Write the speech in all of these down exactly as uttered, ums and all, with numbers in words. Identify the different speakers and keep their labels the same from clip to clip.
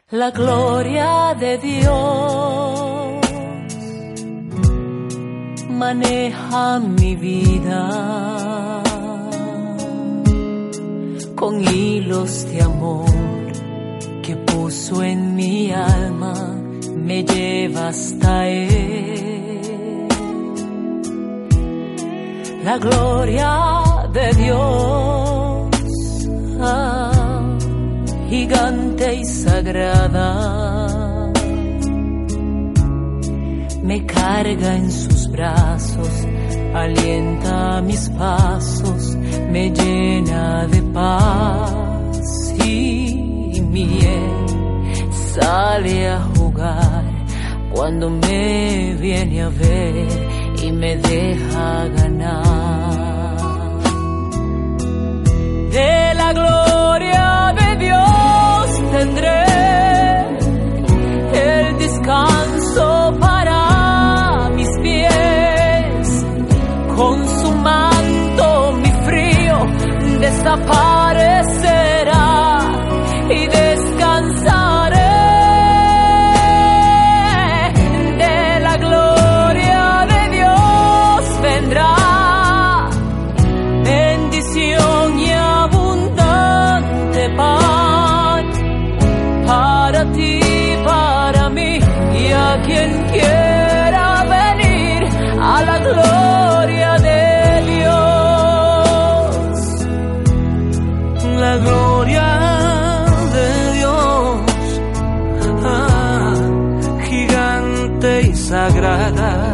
Speaker 1: La gloria de Dios maneja mi vida con hilos de amor que puso en mi alma, me lleva hasta Él. La gloria de Dios, ah, gigante y sagrada, me carga en sus brazos, alienta mis pasos, me llena de paz y miel, sale a jugar cuando me viene a ver y me deja ganar. De la gloria de Dios tendré el descanso para mis pies, con su manto mi frío desaparecerá y descansaré. De la gloria de Dios vendrá bendición y abundante pan para ti, para mí y a quien quiera venir a la gloria de Dios. La gloria de Dios, ah, gigante y sagrada,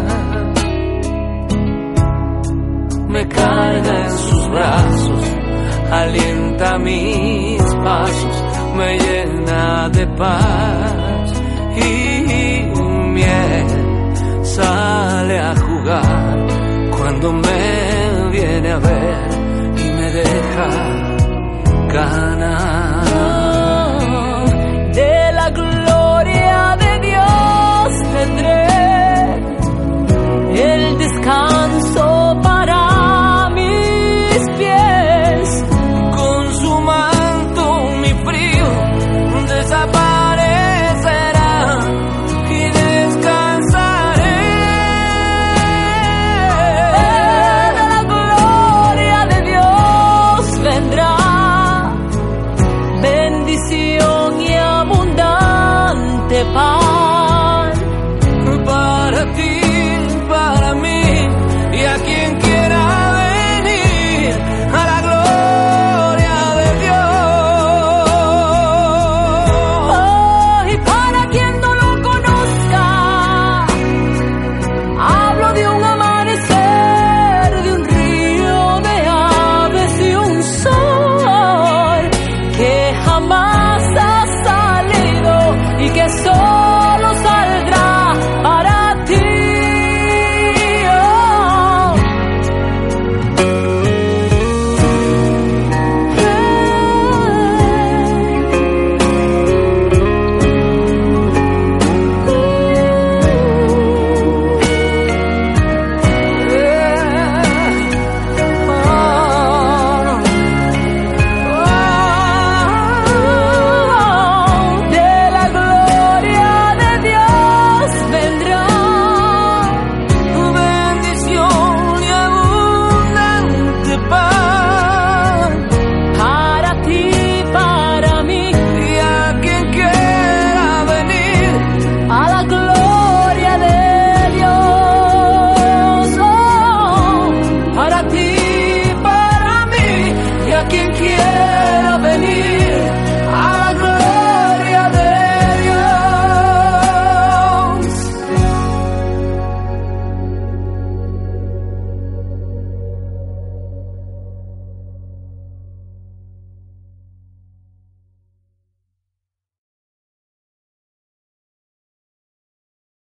Speaker 1: me carga en sus brazos, alienta mis pasos, me llena de paz y miel, sale a jugar cuando me viene a ver y me deja ganar.